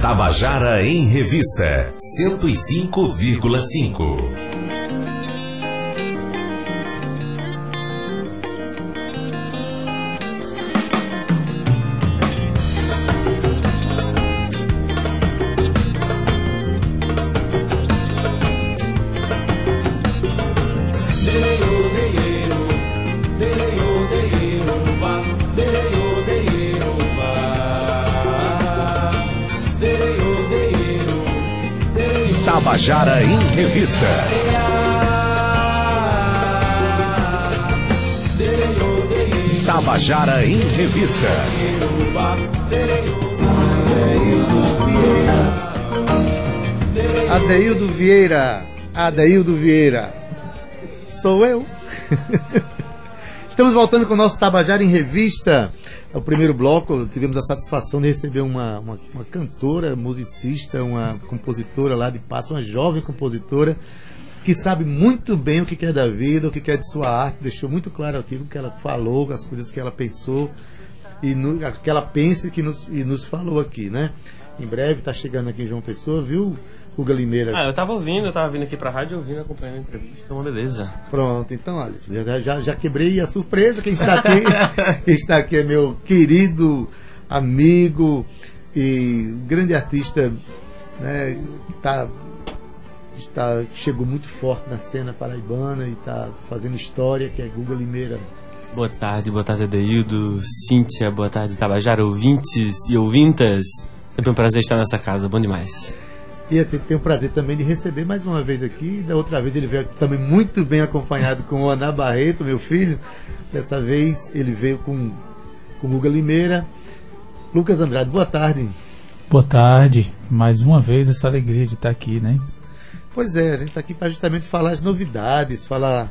Tabajara em Revista 105,5. Tabajara em Revista. Tabajara em Revista. Adeildo Vieira. Adeildo Vieira. Sou eu. Estamos voltando com o nosso Tabajara em Revista. É o primeiro bloco. Tivemos a satisfação de receber uma cantora, musicista, uma compositora lá de Passo, uma jovem compositora que sabe muito bem o que quer da vida, o que quer de sua arte. Deixou muito claro aqui o que ela falou, as coisas que ela pensou e que ela pensa e nos falou aqui, né? Em breve está chegando aqui em João Pessoa, viu, Guga Limeira? Eu tava vindo aqui pra rádio, acompanhando a entrevista, então beleza. Pronto, então olha, já quebrei a surpresa. Quem está aqui é meu querido amigo e grande artista, né, que chegou muito forte na cena paraibana e está fazendo história, que é Guga Limeira. Boa tarde, Adeildo, Cíntia, boa tarde, Tabajara, ouvintes e ouvintas. Sempre um prazer estar nessa casa, bom demais. E tenho o prazer também de receber mais uma vez aqui. Da outra vez ele veio também muito bem acompanhado com o Ana Barreto, meu filho. Dessa vez ele veio com o Guga Limeira. Lucas Andrade, boa tarde. Boa tarde. Mais uma vez essa alegria de estar aqui, né? Pois é, a gente está aqui para justamente falar as novidades,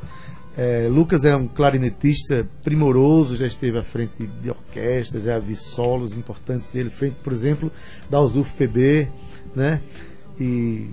Lucas é um clarinetista primoroso, já esteve à frente de orquestra, já vi solos importantes dele, frente, por exemplo, da UFPB, né? E,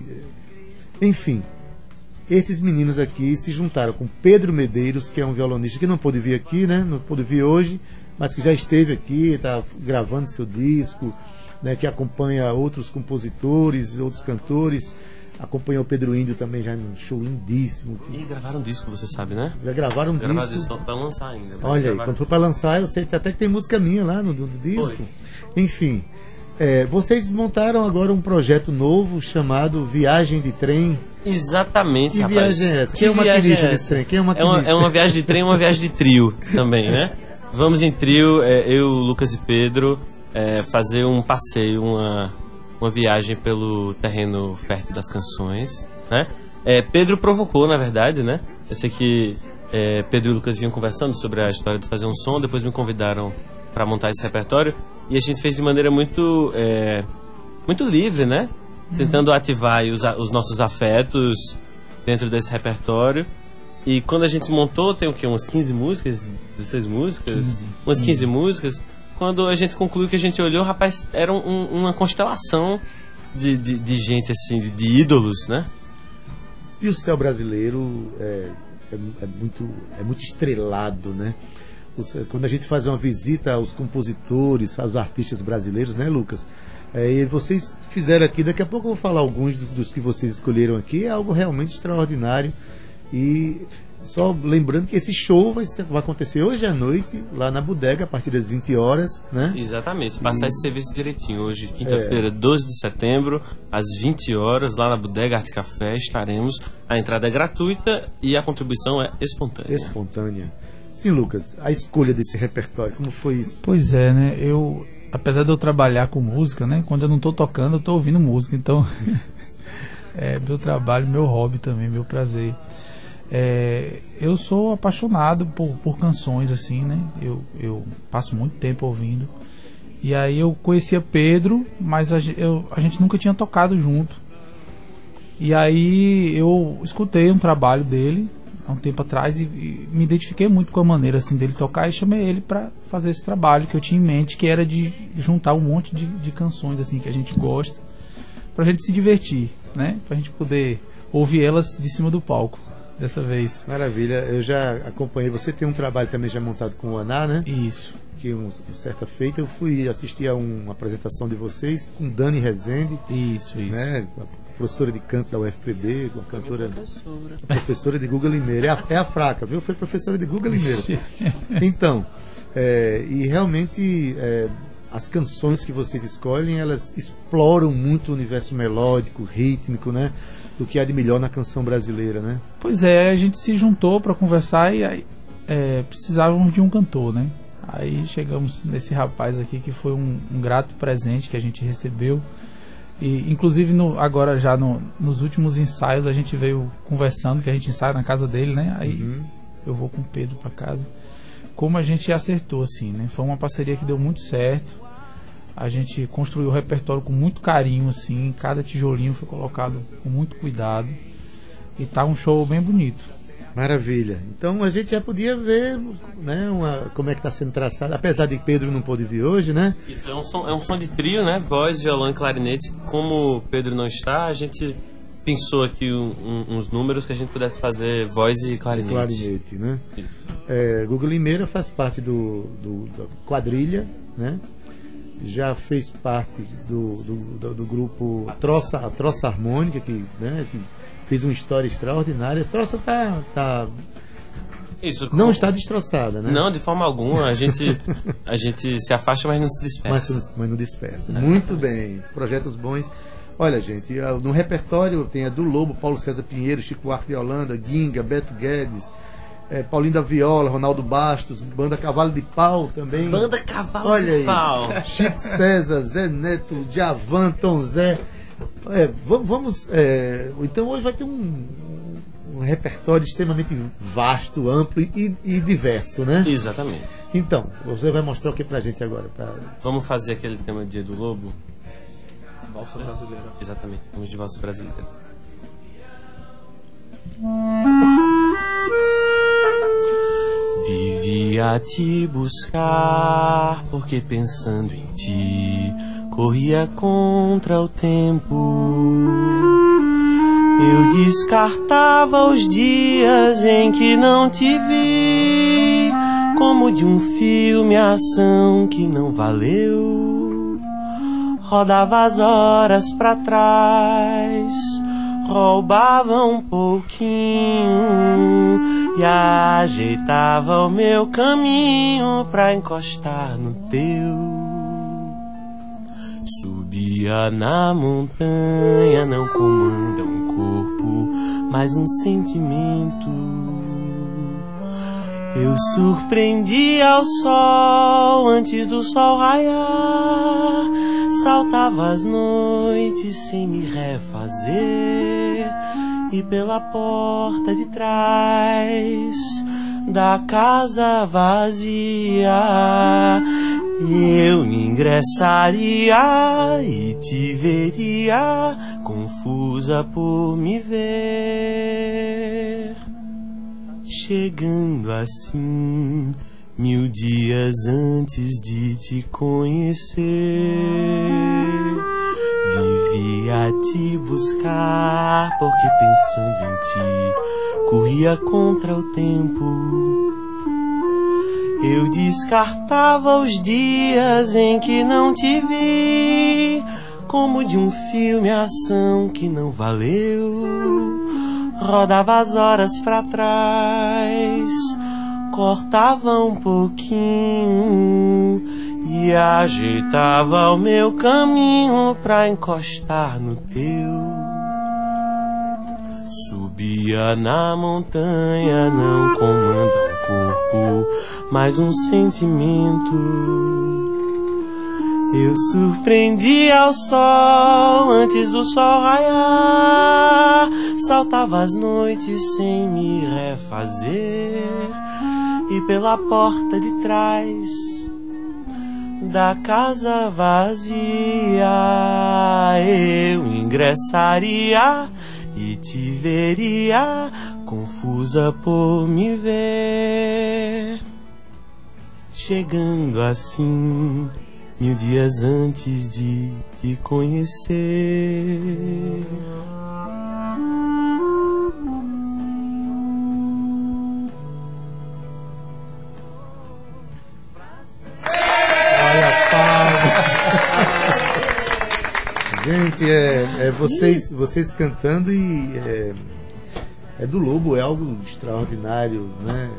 enfim, esses meninos aqui se juntaram com Pedro Medeiros, que é um violonista que não pôde vir aqui, né? Não pôde vir hoje, mas que já esteve aqui, está gravando seu disco, né? Que acompanha outros compositores, outros cantores. Acompanhou o Pedro Índio também já num show lindíssimo. E gravaram um disco, você sabe, né? Já gravaram um disco. Para lançar ainda. Olha aí, quando for para lançar, eu sei que até que tem música minha lá no disco. Pois. Enfim, vocês montaram agora um projeto novo chamado Viagem de Trem. Exatamente, que rapaz. Viagem é essa? Quem é uma maquinista de trem? Quem é uma é uma viagem de trem e uma viagem de trio também, né? Vamos em trio, eu, Lucas e Pedro, fazer um passeio, uma viagem pelo terreno fértil das canções, né? Pedro provocou, na verdade, né? Eu sei que Pedro e Lucas vinham conversando sobre a história de fazer um som, depois me convidaram para montar esse repertório e a gente fez de maneira muito livre, né? Tentando ativar aí os nossos afetos dentro desse repertório. E quando a gente montou, tem o quê? Umas 15 músicas? 16 músicas? Umas 15 músicas. Quando a gente concluiu, que a gente olhou, rapaz, era uma constelação de gente, assim, de ídolos, né? E o céu brasileiro é muito estrelado, né? Quando a gente faz uma visita aos compositores, aos artistas brasileiros, né, Lucas? E vocês fizeram aqui, daqui a pouco eu vou falar alguns dos que vocês escolheram aqui, é algo realmente extraordinário. E só lembrando que esse show vai acontecer hoje à noite, lá na bodega, a partir das 20 horas, né? Exatamente, passar esse serviço direitinho. Hoje, quinta-feira, 12 de setembro, às 20 horas, lá na bodega Arte Café, estaremos. A entrada é gratuita e a contribuição é espontânea. Espontânea. Sim, Lucas, a escolha desse repertório, como foi isso? Pois é, né? Apesar de eu trabalhar com música, né? Quando eu não estou tocando, eu estou ouvindo música. Então, meu trabalho, meu hobby também, meu prazer. Eu sou apaixonado por canções, assim, né? Eu passo muito tempo ouvindo. E aí eu conhecia Pedro, mas a gente nunca tinha tocado junto. E aí eu escutei um trabalho dele há um tempo atrás e me identifiquei muito com a maneira, assim, dele tocar, e chamei ele para fazer esse trabalho que eu tinha em mente, que era de juntar um monte de canções, assim, que a gente gosta, pra gente se divertir, né? Pra gente poder ouvir elas de cima do palco. dessa vez. Maravilha, eu já acompanhei. Você tem um trabalho também já montado com o Aná, né? Isso. Que certa feita eu fui assistir a uma apresentação de vocês com Dani Rezende, Isso. né? A professora de canto da UFPB, uma cantora, a professora de Guga Limeira. É a fraca, viu? Foi professora de Guga Limeira. Então, e realmente as canções que vocês escolhem, elas exploram muito o universo melódico, rítmico, né? Do que há de melhor na canção brasileira, né? Pois é, a gente se juntou para conversar e aí, precisávamos de um cantor, né? Aí chegamos nesse rapaz aqui que foi um grato presente que a gente recebeu. E inclusive agora já nos últimos ensaios a gente veio conversando, que a gente ensaia na casa dele, né? Aí eu vou com o Pedro para casa. Como a gente acertou, assim, né? Foi uma parceria que deu muito certo. A gente construiu o repertório com muito carinho, assim. Cada tijolinho foi colocado com muito cuidado. E tá um show bem bonito. Maravilha. Então a gente já podia ver, né, como é que está sendo traçado, apesar de Pedro não pôde vir hoje, né? Isso é um som de trio, né? Voz, violão e clarinete. Como o Pedro não está, a gente pensou aqui uns números que a gente pudesse fazer voz e clarinete. Clarinete, né? Guga Limeira faz parte da quadrilha, né? Já fez parte do grupo a Troça Harmônica, que fez uma história extraordinária. A Troça não está destroçada, né? Não, de forma alguma. A gente se afasta, mas não se dispersa. Mas não dispersa. Muito bem. Projetos bons. Olha, gente, no repertório tem a do Lobo, Paulo César Pinheiro, Chico Buarque de Holanda, Ginga, Beto Guedes, Paulinho da Viola, Ronaldo Bastos, Banda Cavalo de Pau também. Banda Cavalo de Pau. Chico César, Zé Neto, Djavan, Tom Zé. Então hoje vai ter um repertório extremamente vasto, amplo e diverso, né? Exatamente. Então, você vai mostrar o que pra gente agora? Vamos fazer aquele tema Dia do Lobo? Valsa brasileira. Exatamente, vamos de valsa brasileira. Vivi a te buscar, porque pensando em ti corria contra o tempo. Eu descartava os dias em que não te vi, como de um filme a ação que não valeu. Rodava as horas pra trás, roubava um pouquinho e ajeitava o meu caminho pra encostar no teu. Subia na montanha, não comanda um corpo, mas um sentimento. Eu surpreendia ao sol antes do sol raiar, saltava as noites sem me refazer, e pela porta de trás da casa vazia eu ingressaria e te veria, confusa por me ver. Chegando assim, 1000 dias antes de te conhecer, vivi a te buscar, porque pensando em ti corria contra o tempo. Eu descartava os dias em que não te vi, como de um filme a ação que não valeu. Rodava as horas pra trás, cortava um pouquinho e ajeitava o meu caminho pra encostar no teu. Subia na montanha, não comanda um corpo, mas um sentimento. Eu surpreendia ao sol antes do sol raiar, saltava as noites sem me refazer, e pela porta de trás da casa vazia eu ingressaria e te veria, confusa por me ver. Chegando assim, 1000 dias antes de te conhecer. gente, vocês cantando e é do Lobo, é algo extraordinário, né?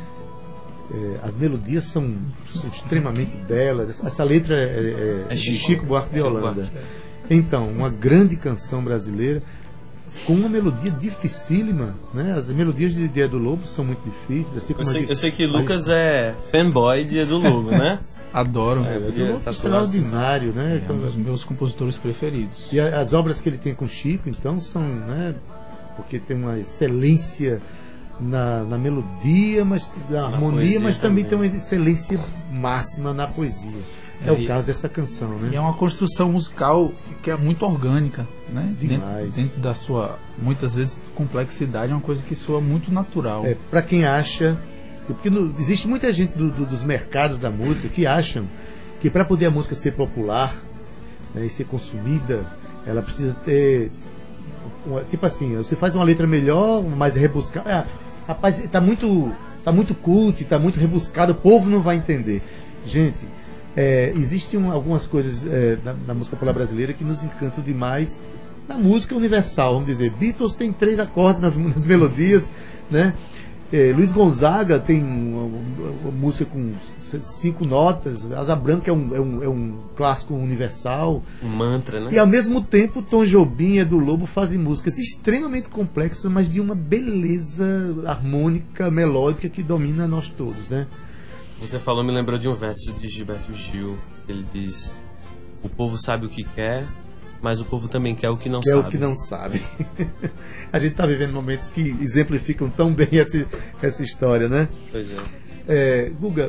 As melodias são extremamente belas. Essa letra é de Chico Buarque de Holanda. Então, uma grande canção brasileira com uma melodia dificílima, né? As melodias de Edu Lobo são muito difíceis. Assim como eu sei que Lucas é fanboy de Edu Lobo, né? Adoro. Edu Lobo é extraordinário, né? É um dos meus compositores preferidos. E as obras que ele tem com Chico, então, são, né? Porque tem uma excelência na melodia, mas na harmonia, mas também tem uma excelência máxima na poesia. É o caso dessa canção, né? E é uma construção musical que é muito orgânica, né? Demais. Dentro da sua, muitas vezes, complexidade, é uma coisa que soa muito natural. Para quem acha... Porque existe muita gente dos mercados da música que acham que para poder a música ser popular, né, e ser consumida, ela precisa ter... tipo assim, você faz uma letra melhor, mais rebuscada. Rapaz, tá muito cult, tá muito rebuscado, o povo não vai entender. Gente... existem algumas coisas na música popular brasileira que nos encantam demais na música universal, vamos dizer. Beatles tem 3 acordes nas melodias, né? Luiz Gonzaga tem uma música com 5 notas. Asa Branca é um clássico universal, um mantra, né? E ao mesmo tempo Tom Jobim e Edu Lobo fazem músicas extremamente complexas, mas de uma beleza harmônica, melódica que domina nós todos, né? Você falou, me lembrou de um verso de Gilberto Gil. Ele diz: o povo sabe o que quer, mas o povo também quer o que não sabe. É o que não sabe. A gente está vivendo momentos que exemplificam tão bem essa história, né? Pois é. Guga,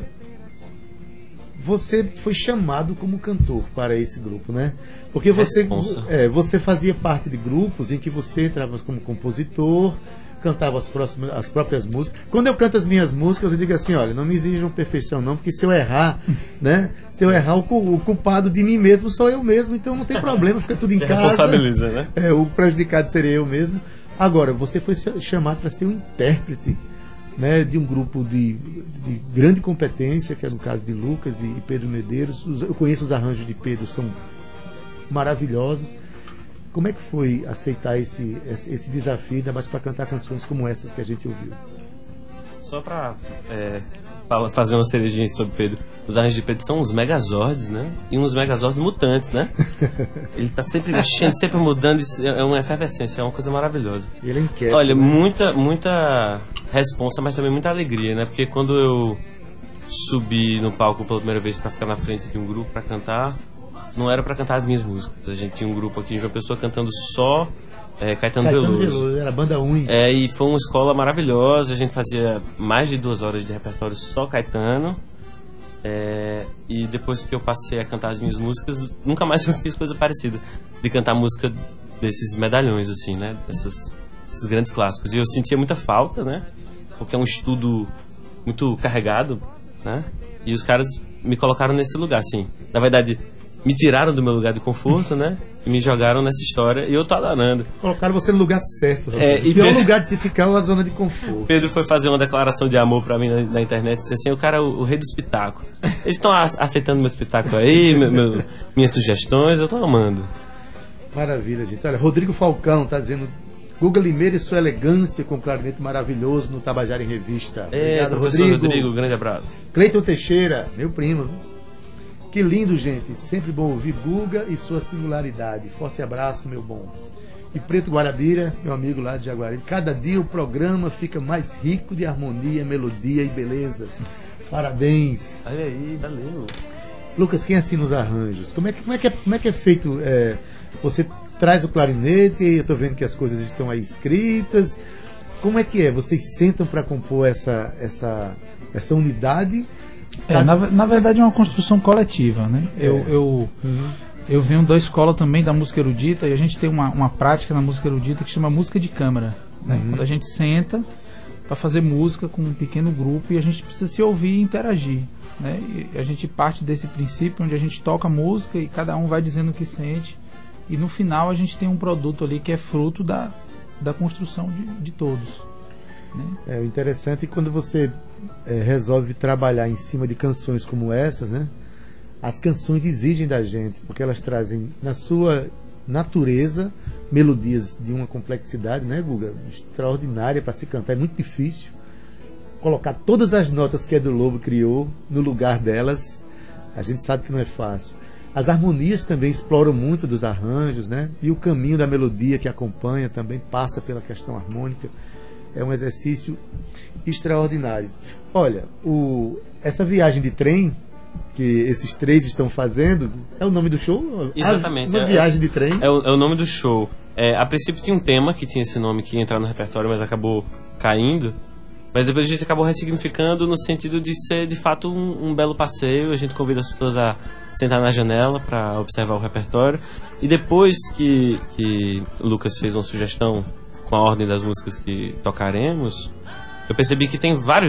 você foi chamado como cantor para esse grupo, né? Porque você fazia parte de grupos em que você entrava como compositor, cantava as próprias músicas. Quando eu canto as minhas músicas, eu digo assim: olha, não me exijam perfeição não, porque se eu errar, né? Se eu errar, o culpado de mim mesmo sou eu mesmo, então não tem problema, fica tudo em casa. Responsabiliza, né? O prejudicado seria eu mesmo. Agora, você foi chamado para ser um intérprete, né, de um grupo de grande competência, que é no caso de Lucas e Pedro Medeiros. Eu conheço os arranjos de Pedro, são maravilhosos. Como é que foi aceitar esse desafio, ainda mais para cantar canções como essas que a gente ouviu? Só para fazer uma cerejinha sobre Pedro, os arranjos de Pedro são uns megazords, né? E uns megazords mutantes, né? Ele tá sempre mexendo, sempre mudando, é uma efervescência, é uma coisa maravilhosa. Ele é inquieto. Olha, né? muita responsa, mas também muita alegria, né? Porque quando eu subi no palco pela primeira vez para ficar na frente de um grupo para cantar, não era para cantar as minhas músicas. A gente tinha um grupo aqui de uma pessoa cantando só Caetano Veloso. Era a banda Uns. E foi uma escola maravilhosa. A gente fazia mais de 2 horas de repertório só Caetano. E depois que eu passei a cantar as minhas músicas, nunca mais eu fiz coisa parecida. De cantar música desses medalhões, assim, né? Esses grandes clássicos. E eu sentia muita falta, né? Porque é um estudo muito carregado, né? E os caras me colocaram nesse lugar, assim. Na verdade, me tiraram do meu lugar de conforto, né? E me jogaram nessa história e eu tô adorando. Colocaram você no lugar certo. O pior lugar de se ficar é a zona de conforto. Pedro foi fazer uma declaração de amor pra mim na internet. Disse assim: o cara é o rei do espetáculo. Eles estão aceitando meu espetáculo aí, minhas sugestões, eu tô amando. Maravilha, gente. Olha, Rodrigo Falcão tá dizendo: Guga Limeira e sua elegância com clarinete maravilhoso no Tabajara em Revista. Obrigado, Rodrigo. Grande abraço. Cleiton Teixeira, meu primo. Que lindo, gente. Sempre bom ouvir Guga e sua singularidade. Forte abraço, meu bom. E Preto Guarabira, meu amigo lá de Jaguaribe. Cada dia o programa fica mais rico de harmonia, melodia e belezas. Parabéns. Olha aí, valeu. Lucas, quem assina os arranjos? Como é que é feito? Você traz o clarinete, eu estou vendo que as coisas estão aí escritas. Como é que é? Vocês sentam para compor essa unidade? Na verdade é uma construção coletiva, né? Eu venho da escola também da música erudita, e a gente tem uma prática na música erudita que chama música de câmara, né? Quando a gente senta para fazer música com um pequeno grupo e a gente precisa se ouvir e interagir, né? E a gente parte desse princípio onde a gente toca a música e cada um vai dizendo o que sente, e no final a gente tem um produto ali que é fruto da construção de todos, né? O interessante é que quando você resolve trabalhar em cima de canções como essas, né? As canções exigem da gente, porque elas trazem na sua natureza, melodias de uma complexidade, né, Guga? Extraordinária para se cantar, é muito difícil. Colocar todas as notas que Edu Lobo criou no lugar delas, a gente sabe que não é fácil. As harmonias também exploram muito dos arranjos, né? E o caminho da melodia que acompanha também passa pela questão harmônica. É um exercício extraordinário. Olha, essa viagem de trem que esses três estão fazendo, é o nome do show? Exatamente. Uma viagem de trem. É o nome do show. A princípio tinha um tema que tinha esse nome que ia entrar no repertório, mas acabou caindo. Mas depois a gente acabou ressignificando no sentido de ser, de fato, um belo passeio. A gente convida as pessoas a sentar na janela para observar o repertório. E depois que o Lucas fez uma sugestão com a ordem das músicas que tocaremos, eu percebi que tem vários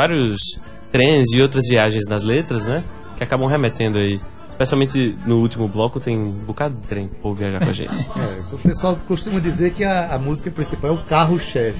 trens e outras viagens nas letras, né? Que acabam remetendo aí. Especialmente no último bloco tem um bocado de trem por viajar com a gente. O pessoal costuma dizer que a música principal é o carro-chefe.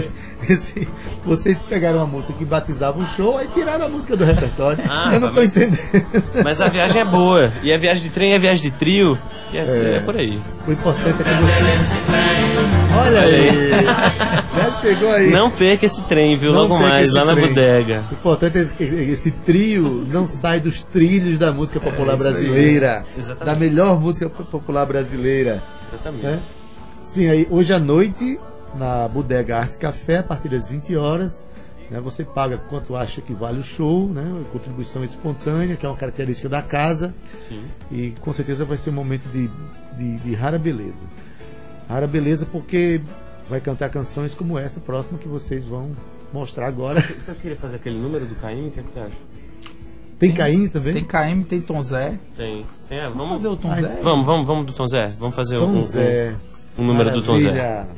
Vocês pegaram uma música que batizava o show e tiraram a música do repertório. Eu não estou entendendo. Mas a viagem é boa. E a viagem de trem é viagem de trio. E é por aí. O importante é que você... Olha aí! Já chegou aí. Não perca esse trem, viu? Logo mais, lá na bodega. O importante é que esse trio não sai dos trilhos da música popular brasileira. Da melhor música popular brasileira. Exatamente. Né? Sim, aí hoje à noite, na Bodega Arte Café, a partir das 20 horas, né, você paga quanto acha que vale o show, né? Contribuição espontânea, que é uma característica da casa. Sim. E com certeza vai ser um momento de rara beleza. Rara beleza porque vai cantar canções como essa próxima que vocês vão mostrar agora. Você queria fazer aquele número do Caymmi? O que você acha? Tem Caymmi também? Tem Caymmi, tem Tom Zé. Tem. Vamos fazer o Tom Zé? Vamos do Tom Zé. Vamos fazer um número do Tom Zé.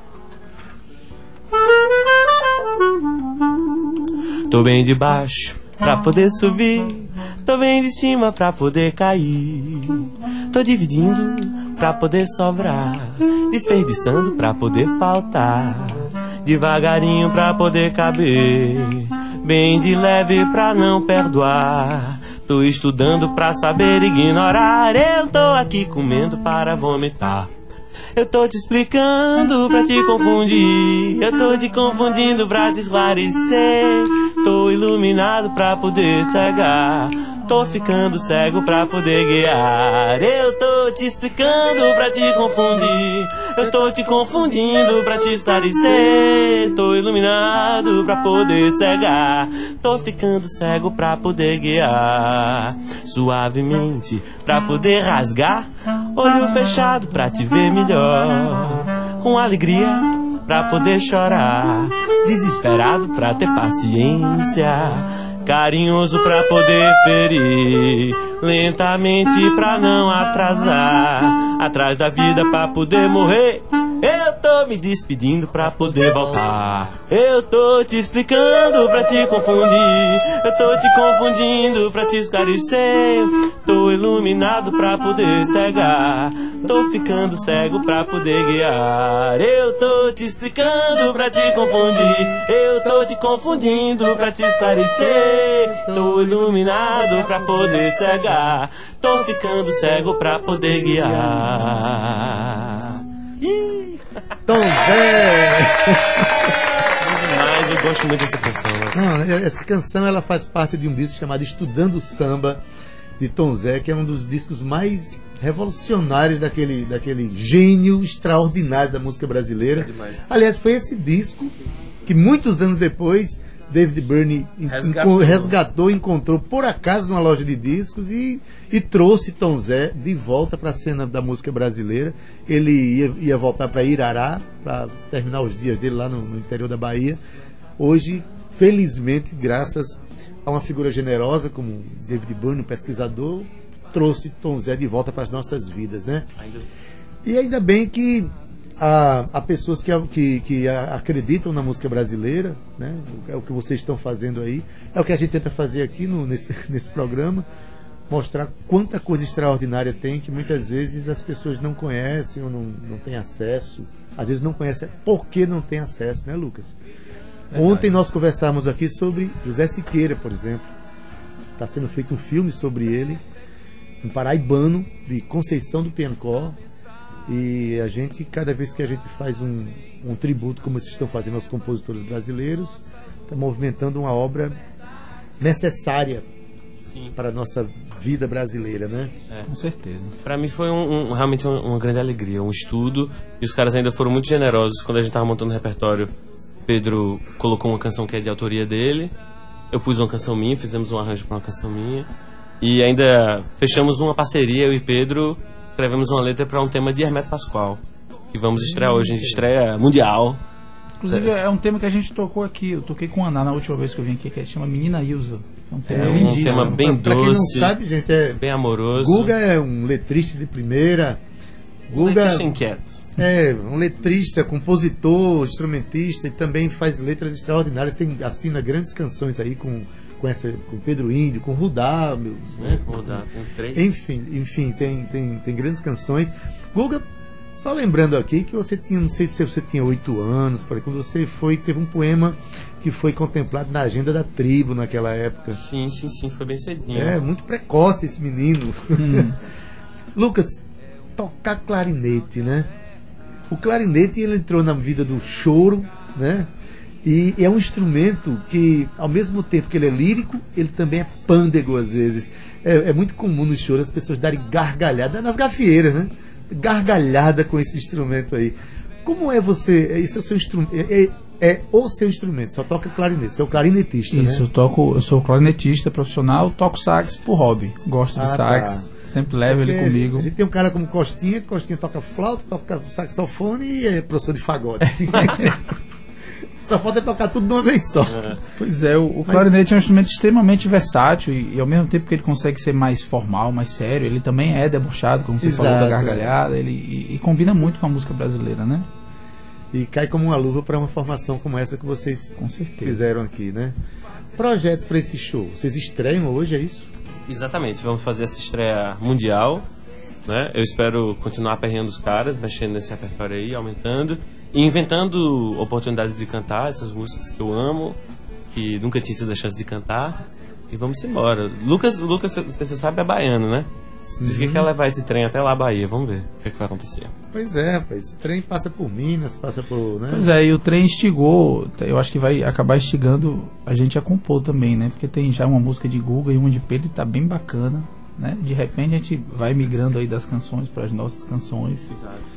Tô bem de baixo pra poder subir, tô bem de cima pra poder cair. Tô dividindo pra poder sobrar, desperdiçando pra poder faltar, devagarinho pra poder caber, bem de leve pra não perdoar. Tô estudando pra saber ignorar, eu tô aqui comendo para vomitar. Eu tô te explicando pra te confundir, eu tô te confundindo pra te esclarecer. Tô iluminado pra poder cegar, tô ficando cego pra poder guiar. Eu tô te explicando pra te confundir, eu tô te confundindo pra te esclarecer. Tô iluminado pra poder cegar, tô ficando cego pra poder guiar. Suavemente pra poder rasgar, olho fechado pra te ver melhor. Com alegria pra poder chorar, desesperado pra ter paciência, carinhoso pra poder ferir, lentamente pra não atrasar, atrás da vida pra poder morrer. Eu tô me despedindo pra poder voltar. Eu tô te explicando pra te confundir, eu tô te confundindo pra te esclarecer. Tô iluminado pra poder cegar, tô ficando cego pra poder guiar. Eu tô te explicando pra te confundir, eu tô te confundindo pra te esclarecer. Tô iluminado pra poder cegar, tô ficando cego pra poder guiar. Tom Zé! Mas eu gosto muito dessa canção. Não, essa canção ela faz parte de um disco chamado Estudando Samba, de Tom Zé, que é um dos discos mais revolucionários daquele gênio extraordinário da música brasileira. Aliás, foi esse disco que muitos anos depois David Byrne resgatou, encontrou por acaso numa loja de discos e trouxe Tom Zé de volta para a cena da música brasileira. Ele ia voltar para Irará para terminar os dias dele lá no interior da Bahia. Hoje, felizmente, graças a uma figura generosa como David Byrne, um pesquisador, trouxe Tom Zé de volta para as nossas vidas, né? E ainda bem que há pessoas que acreditam na música brasileira, né? É o que vocês estão fazendo aí, é o que a gente tenta fazer aqui nesse programa, mostrar quanta coisa extraordinária tem que muitas vezes as pessoas não conhecem ou não têm acesso. Às vezes não conhecem porque não tem acesso, né, Lucas? Ontem nós conversamos aqui sobre José Siqueira, por exemplo. Está sendo feito um filme sobre ele, um paraibano de Conceição do Piancó, E a gente, cada vez que a gente faz um tributo, como vocês estão fazendo aos compositores brasileiros, está movimentando uma obra necessária para a nossa vida brasileira, né? Com certeza. Pra mim foi realmente uma grande alegria, um estudo, e os caras ainda foram muito generosos. Quando a gente tava montando o repertório, Pedro colocou uma canção que é de autoria dele, eu pus uma canção minha, fizemos um arranjo para uma canção minha, e ainda fechamos uma parceria, eu e Pedro escrevemos uma letra para um tema de Hermeto Pascoal, que vamos estrear hoje, em estreia mundial. Inclusive é um tema que a gente tocou aqui, eu toquei com a Ana na última vez que eu vim aqui, que chama Menina Ilza. É um tema um lindíssimo. tema bem Pra quem não doce, sabe, gente, bem amoroso. Guga é um letrista de primeira. Guga Letrista inquieto. é um letrista, compositor, instrumentista e também faz letras extraordinárias. Assina grandes canções aí com Pedro Índio, com Rudá, né? Vou dar, tem 3. Enfim, tem grandes canções. Guga, só lembrando aqui que você tinha, não sei se você tinha 8 anos, quando você teve um poema que foi contemplado na agenda da tribo naquela época. Sim, foi bem cedinho. É, muito precoce esse menino. Lucas, tocar clarinete, né? O clarinete, ele entrou na vida do choro, né? E é um instrumento que, ao mesmo tempo que ele é lírico, ele também é pândego às vezes. É muito comum no choro as pessoas darem gargalhada nas gafieiras, né? Gargalhada com esse instrumento aí. Como é você? Esse é o seu instrumento? É o seu instrumento, só toca clarinete, você é o clarinetista, Isso, né? eu sou clarinetista profissional, toco sax por hobby. Gosto de sax, sempre levo ele comigo. A gente tem um cara como Costinha toca flauta, toca saxofone e é professor de fagode. Só falta tocar tudo de uma vez só. Pois é, o clarinete é um instrumento extremamente versátil e ao mesmo tempo que ele consegue ser mais formal, mais sério, ele também é debochado, como você falou da gargalhada, e combina muito com a música brasileira, né? E cai como uma luva para uma formação como essa que vocês fizeram aqui, né? Projetos para esse show. Vocês estreiam hoje, é isso? Exatamente, vamos fazer essa estreia mundial, né? Eu espero continuar aperreando os caras, mexendo nesse repertório aí, aumentando e inventando oportunidades de cantar essas músicas que eu amo, que nunca tinha tido a chance de cantar. E vamos embora. Lucas, você sabe, é baiano, né? Diz que quer levar esse trem até lá a Bahia. Vamos ver o que vai acontecer. Pois é, rapaz. Esse trem passa por Minas, passa por... né? Pois é, e o trem instigou. Eu acho que vai acabar instigando a gente a compor também, né? Porque tem já uma música de Guga e uma de Pedro e tá bem bacana, né? De repente a gente vai migrando aí das canções para as nossas canções.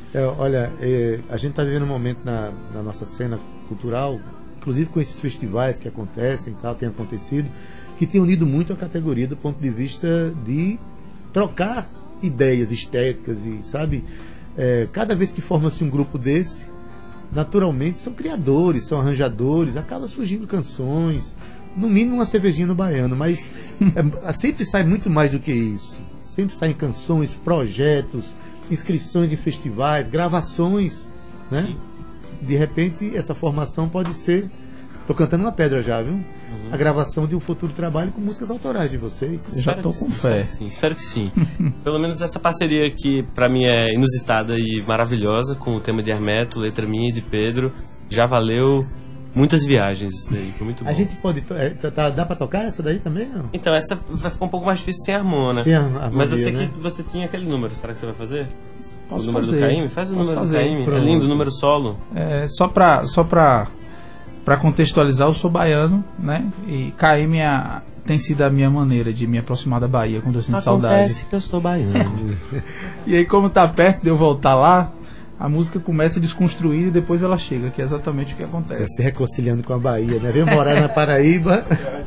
Olha, a gente tá vivendo um momento na nossa cena cultural, inclusive com esses festivais que acontecem e tal, tem acontecido, que tem unido muito a categoria do ponto de vista de trocar ideias estéticas e, sabe, cada vez que forma-se um grupo desse, naturalmente são criadores, são arranjadores, acaba surgindo canções, no mínimo uma cervejinha no baiano, mas sempre sai muito mais do que isso. Sempre saem canções, projetos, inscrições em festivais, gravações, né? Sim. De repente essa formação pode ser, tô cantando uma pedra já, viu? A gravação de um futuro trabalho com músicas autorais de vocês. Eu já tô com fé. Espero que sim. Pelo menos essa parceria que pra mim é inusitada e maravilhosa, com o tema de Hermeto, letra minha e de Pedro, já valeu muitas viagens isso daí, foi muito bom. A gente pode... dá pra tocar essa daí também, não? Então, essa vai ficar um pouco mais difícil sem harmona. Sem harmonia, mas eu sei né? que você tinha aquele número, será que você vai fazer? Posso o número fazer. do Caymmi? Faz o Posso número fazer. do Caymmi, é Pronto. lindo, o número solo. Só pra contextualizar, eu sou baiano, né? E Caymmi tem sido a minha maneira de me aproximar da Bahia quando eu sinto saudade. Acontece que eu sou baiano. E aí, como tá perto de eu voltar lá, a música começa a desconstruir e depois ela chega, que é exatamente o que Tá acontece. se reconciliando com a Bahia, né? Vem morar na Paraíba.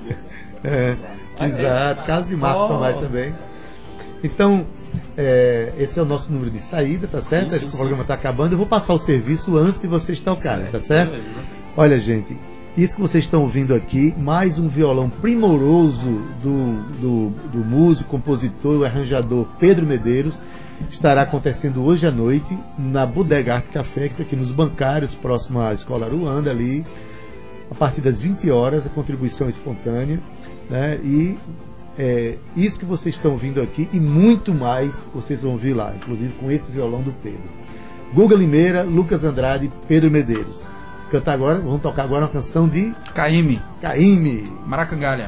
Exato. Caso de Marcos Tomás também. Então, esse é o nosso número de saída, tá certo? Sim, o programa tá acabando. Eu vou passar o serviço antes de vocês tocarem, tá certo? Beleza. Olha, gente, isso que vocês estão ouvindo aqui, mais um violão primoroso do músico, compositor e arranjador Pedro Medeiros, estará acontecendo hoje à noite na Bodega Arte Café, que fica aqui nos Bancários, próximo à Escola Aruanda, ali, a partir das 20 horas, a contribuição espontânea, né? E isso que vocês estão ouvindo aqui e muito mais vocês vão ouvir lá, inclusive com esse violão do Pedro. Guga Limeira, Lucas Andrade, Pedro Medeiros. Vamos tocar agora uma canção de Caymmi, Caymmi. Maracangalha.